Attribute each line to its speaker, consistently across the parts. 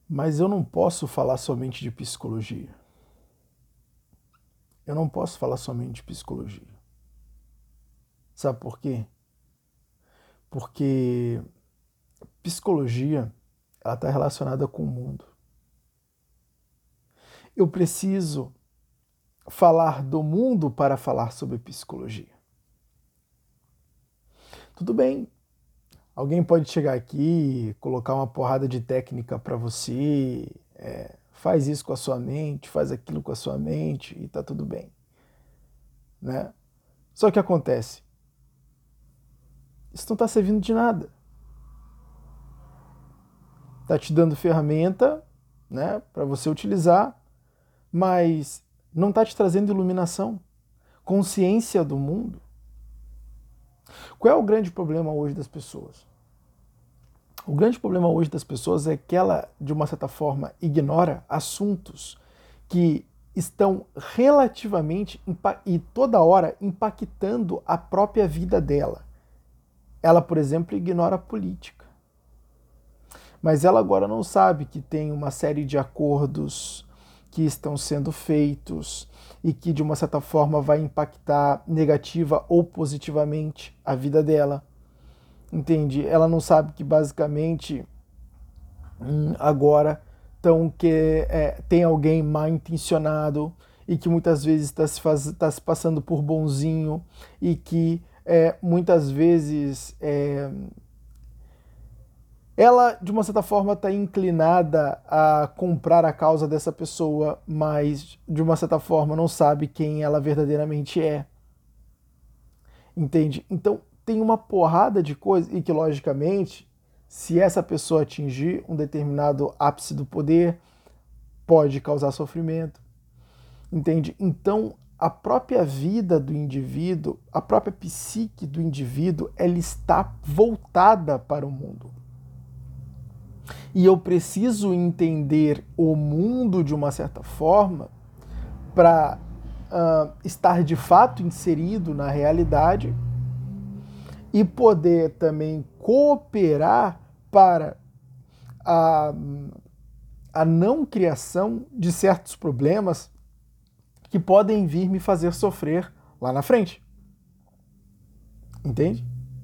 Speaker 1: Mas eu não posso falar somente de psicologia. Eu não posso falar somente de psicologia. Sabe por quê? Porque psicologia, ela está relacionada com o mundo. Eu preciso falar do mundo para falar sobre psicologia. Tudo bem, alguém pode chegar aqui, colocar uma porrada de técnica para você, faz isso com a sua mente, faz aquilo com a sua mente e tá tudo bem, né? Só que acontece, isso não está servindo de nada. Tá te dando ferramenta, né, para você utilizar, mas não está te trazendo iluminação, consciência do mundo. Qual é o grande problema hoje das pessoas? O grande problema hoje das pessoas é que ela, de uma certa forma, ignora assuntos que estão relativamente e toda hora impactando a própria vida dela. Ela, por exemplo, ignora a política. Mas ela agora não sabe que tem uma série de acordos que estão sendo feitos e que, de uma certa forma, vai impactar negativa ou positivamente a vida dela. Entende? Ela não sabe que, basicamente, agora tem alguém mal intencionado e que muitas vezes está se passando por bonzinho e que muitas vezes ela, de uma certa forma, está inclinada a comprar a causa dessa pessoa, mas, de uma certa forma, não sabe quem ela verdadeiramente é. Entende? Então, tem uma porrada de coisas e que, logicamente, se essa pessoa atingir um determinado ápice do poder, pode causar sofrimento. Entende? Então, a própria vida do indivíduo, a própria psique do indivíduo, ela está voltada para o mundo. E eu preciso entender o mundo de uma certa forma para estar de fato inserido na realidade e poder também cooperar para a, a não criação de certos problemas que podem vir me fazer sofrer lá na frente. Entende?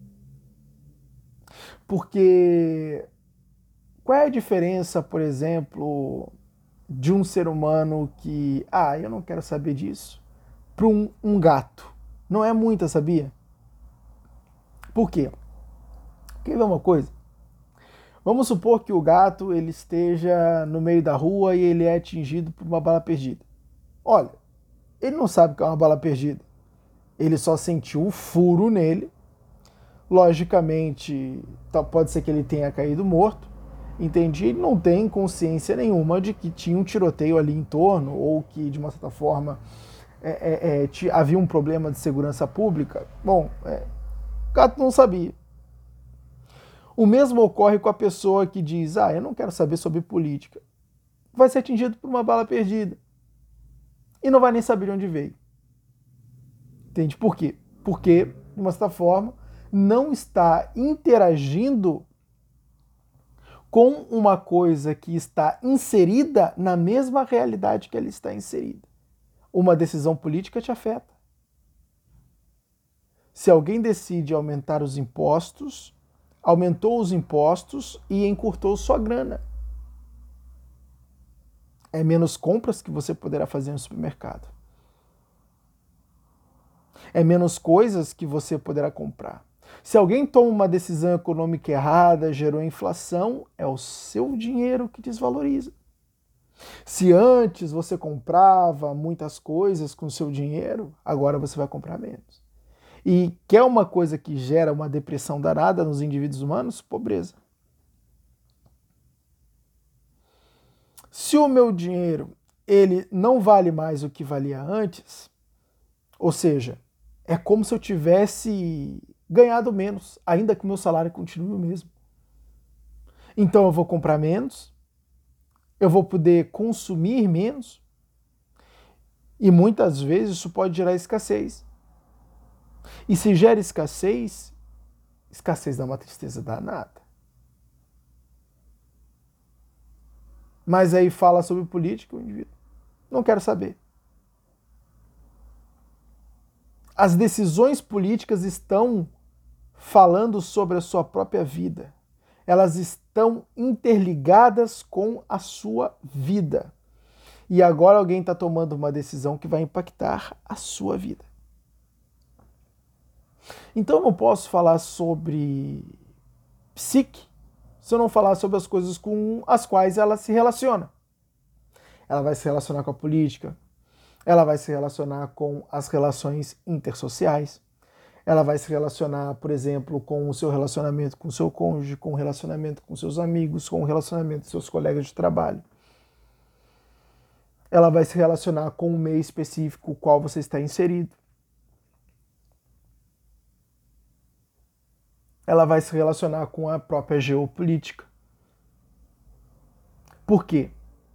Speaker 1: Porque qual é a diferença, por exemplo, de um ser humano que, eu não quero saber disso, para um gato? Não é muita, sabia? Por quê? Quer ver uma coisa? Vamos supor que o gato ele esteja no meio da rua e ele é atingido por uma bala perdida. Olha, ele não sabe que é uma bala perdida. Ele só sentiu o furo nele. Logicamente, pode ser que ele tenha caído morto. Entendi, ele não tem consciência nenhuma de que tinha um tiroteio ali em torno ou que, de uma certa forma, havia um problema de segurança pública. Bom, o gato não sabia. O mesmo ocorre com a pessoa que diz, eu não quero saber sobre política. Vai ser atingido por uma bala perdida. E não vai nem saber de onde veio. Entende? Por quê? Porque, de uma certa forma, não está interagindo com uma coisa que está inserida na mesma realidade que ela está inserida. Uma decisão política te afeta. Se alguém decide aumentar os impostos, aumentou os impostos e encurtou sua grana. É menos compras que você poderá fazer no supermercado. É menos coisas que você poderá comprar. Se alguém toma uma decisão econômica errada, gerou inflação, é o seu dinheiro que desvaloriza. Se antes você comprava muitas coisas com seu dinheiro, agora você vai comprar menos. E quer uma coisa que gera uma depressão danada nos indivíduos humanos? Pobreza. Se o meu dinheiro ele não vale mais o que valia antes, ou seja, é como se eu tivesse ganhado menos, ainda que o meu salário continue o mesmo. Então eu vou comprar menos, eu vou poder consumir menos, e muitas vezes isso pode gerar escassez. E se gera escassez, escassez dá uma tristeza danada. Mas aí fala sobre política, o indivíduo não quero saber. As decisões políticas estão falando sobre a sua própria vida. Elas estão interligadas com a sua vida. E agora alguém está tomando uma decisão que vai impactar a sua vida. Então eu não posso falar sobre psique se eu não falar sobre as coisas com as quais ela se relaciona. Ela vai se relacionar com a política, ela vai se relacionar com as relações intersociais, ela vai se relacionar, por exemplo, com o seu relacionamento com o seu cônjuge, com o relacionamento com seus amigos, com o relacionamento com seus colegas de trabalho. Ela vai se relacionar com o meio específico no qual você está inserido. Ela vai se relacionar com a própria geopolítica. Por quê?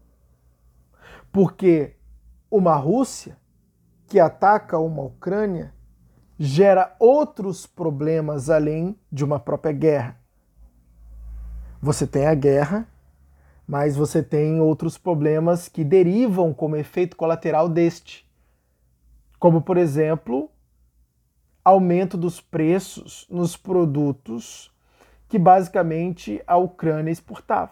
Speaker 1: Porque uma Rússia que ataca uma Ucrânia gera outros problemas além de uma própria guerra. Você tem a guerra, mas você tem outros problemas que derivam como efeito colateral deste. Como, por exemplo, aumento dos preços nos produtos que basicamente a Ucrânia exportava.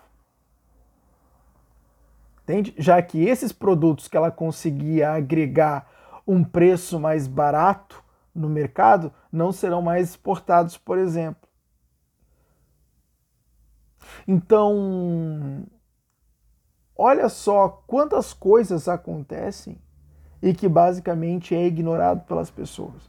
Speaker 1: Entende? Já que esses produtos que ela conseguia agregar um preço mais barato no mercado não serão mais exportados, por exemplo. Então, olha só quantas coisas acontecem e que basicamente é ignorado pelas pessoas.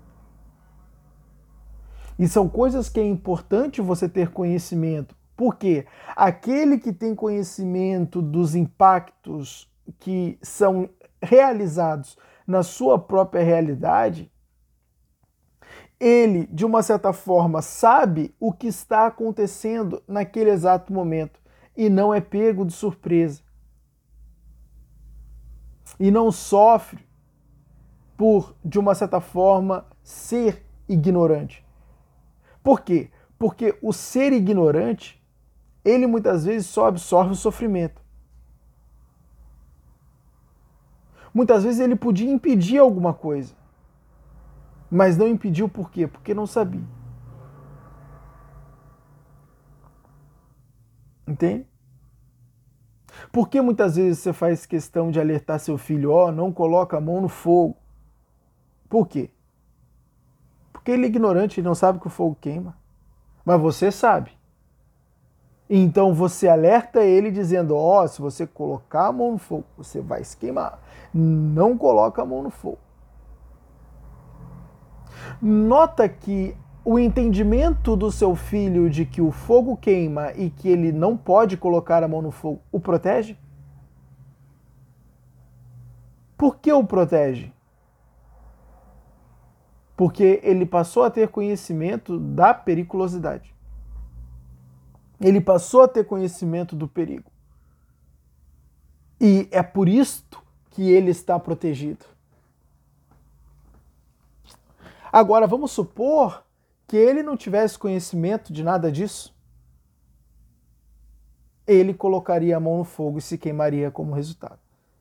Speaker 1: E são coisas que é importante você ter conhecimento. Porque aquele que tem conhecimento dos impactos que são realizados na sua própria realidade, ele, de uma certa forma, sabe o que está acontecendo naquele exato momento e não é pego de surpresa. E não sofre por, de uma certa forma, ser ignorante. Por quê? Porque o ser ignorante, ele muitas vezes só absorve o sofrimento. Muitas vezes ele podia impedir alguma coisa, mas não impediu por quê? Porque não sabia. Entende? Por que muitas vezes você faz questão de alertar seu filho, não coloca a mão no fogo? Por quê? Porque ele é ignorante, ele não sabe que o fogo queima. Mas você sabe. Então você alerta ele dizendo, se você colocar a mão no fogo, você vai se queimar. Não coloca a mão no fogo. Nota que o entendimento do seu filho de que o fogo queima e que ele não pode colocar a mão no fogo o protege? Por que o protege? Porque ele passou a ter conhecimento da periculosidade. Ele passou a ter conhecimento do perigo. E é por isto que ele está protegido. Agora, vamos supor que ele não tivesse conhecimento de nada disso. Ele colocaria a mão no fogo e se queimaria como resultado.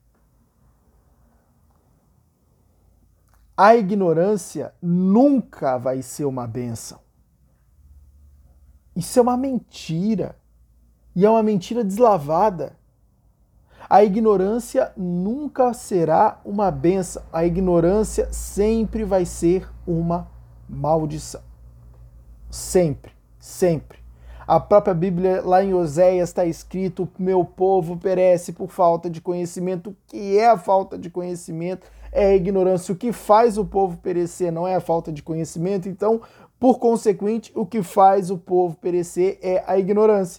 Speaker 1: A ignorância nunca vai ser uma bênção. Isso é uma mentira. E é uma mentira deslavada. A ignorância nunca será uma bênção. A ignorância sempre vai ser uma maldição. Sempre, sempre. A própria Bíblia, lá em Oséias, está escrito: meu povo perece por falta de conhecimento. O que é a falta de conhecimento? É a ignorância. O que faz o povo perecer não é a falta de conhecimento. Então, por consequente, o que faz o povo perecer é a ignorância.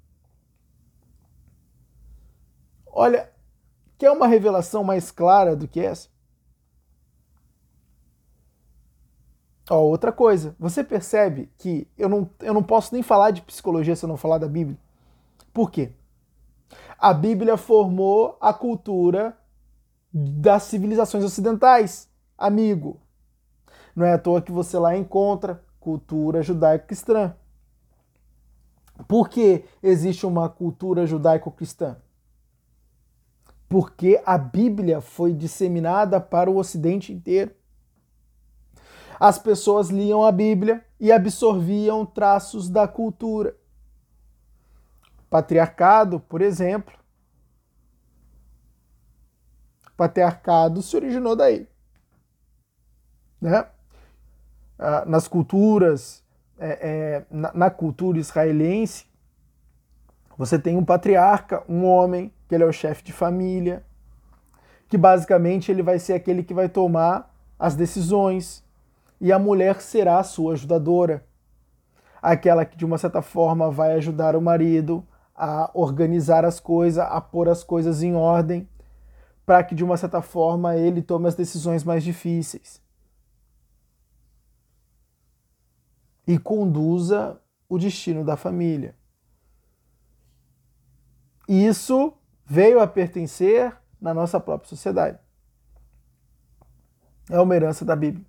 Speaker 1: Olha, quer uma revelação mais clara do que essa? Outra coisa, você percebe que eu não posso nem falar de psicologia se eu não falar da Bíblia? Por quê? A Bíblia formou a cultura das civilizações ocidentais, amigo. Não é à toa que você lá encontra cultura judaico-cristã. Por que existe uma cultura judaico-cristã? porque a Bíblia foi disseminada para o Ocidente inteiro. As pessoas liam a Bíblia e absorviam traços da cultura. Patriarcado, por exemplo. Patriarcado se originou daí. Né? Nas culturas, na cultura israelense, você tem um patriarca, um homem, que ele é o chefe de família, que basicamente ele vai ser aquele que vai tomar as decisões, e a mulher será a sua ajudadora, aquela que de uma certa forma vai ajudar o marido a organizar as coisas, a pôr as coisas em ordem, para que de uma certa forma ele tome as decisões mais difíceis e conduza o destino da família. Isso veio a pertencer na nossa própria sociedade. É uma herança da Bíblia.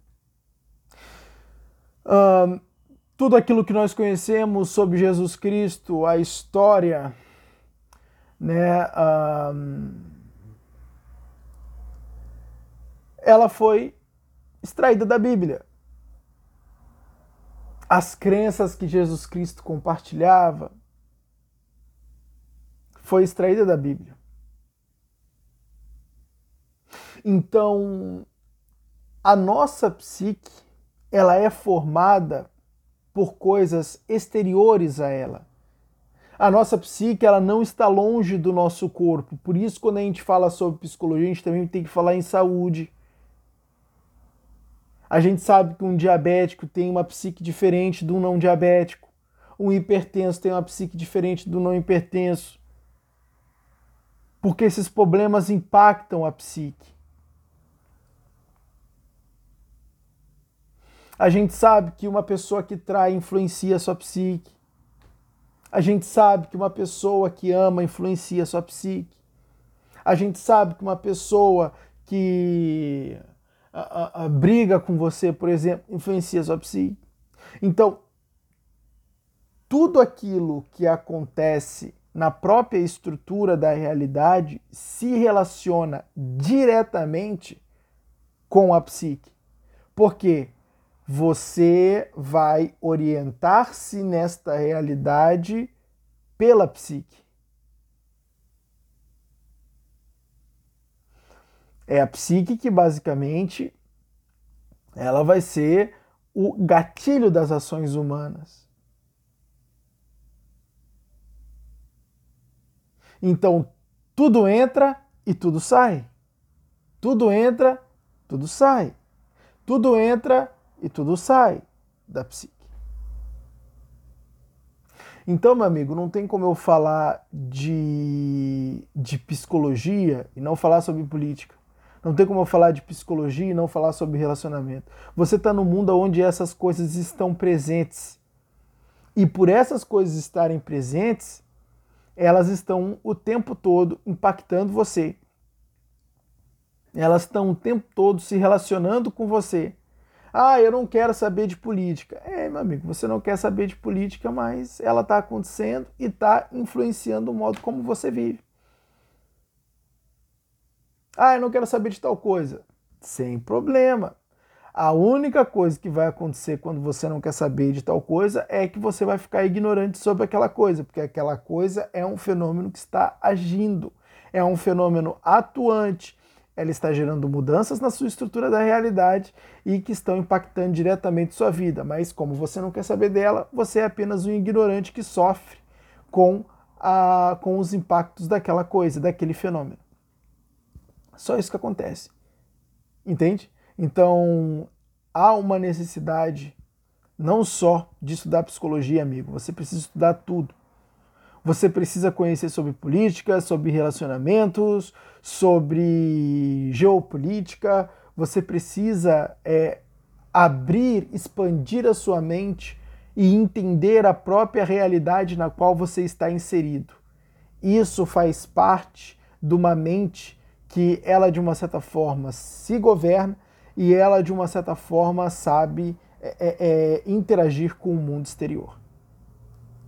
Speaker 1: Tudo aquilo que nós conhecemos sobre Jesus Cristo, a história, né, ela foi extraída da Bíblia. As crenças que Jesus Cristo compartilhava foi extraída da Bíblia. Então, a nossa psique, ela é formada por coisas exteriores a ela. A nossa psique, ela não está longe do nosso corpo. Por isso, quando a gente fala sobre psicologia, a gente também tem que falar em saúde. A gente sabe que um diabético tem uma psique diferente do não diabético. Um hipertenso tem uma psique diferente do não hipertenso. Porque esses problemas impactam a psique. A gente sabe que uma pessoa que trai influencia a sua psique. A gente sabe que uma pessoa que ama influencia a sua psique. A gente sabe que uma pessoa que briga com você, por exemplo, influencia a sua psique. Então, tudo aquilo que acontece na própria estrutura da realidade se relaciona diretamente com a psique. Por quê? Você vai orientar-se nesta realidade pela psique. É a psique que basicamente ela vai ser o gatilho das ações humanas. Então, tudo entra e tudo sai. Tudo entra, tudo sai. Tudo entra e tudo sai da psique. Então, meu amigo, não tem como eu falar de psicologia e não falar sobre política. Não tem como eu falar de psicologia e não falar sobre relacionamento. Você está num mundo onde essas coisas estão presentes. E por essas coisas estarem presentes, elas estão o tempo todo impactando você. Elas estão o tempo todo se relacionando com você. Ah, eu não quero saber de política. Meu amigo, você não quer saber de política, mas ela está acontecendo e está influenciando o modo como você vive. Ah, eu não quero saber de tal coisa. Sem problema. A única coisa que vai acontecer quando você não quer saber de tal coisa é que você vai ficar ignorante sobre aquela coisa, porque aquela coisa é um fenômeno que está agindo, é um fenômeno atuante. Ela está gerando mudanças na sua estrutura da realidade e que estão impactando diretamente sua vida. Mas como você não quer saber dela, você é apenas um ignorante que sofre com os impactos daquela coisa, daquele fenômeno. Só isso que acontece. Entende? Então, há uma necessidade não só de estudar psicologia, amigo. Você precisa estudar tudo. Você precisa conhecer sobre política, sobre relacionamentos, sobre geopolítica. Você precisa abrir, expandir a sua mente e entender a própria realidade na qual você está inserido. Isso faz parte de uma mente que ela, de uma certa forma, se governa e ela, de uma certa forma, sabe interagir com o mundo exterior.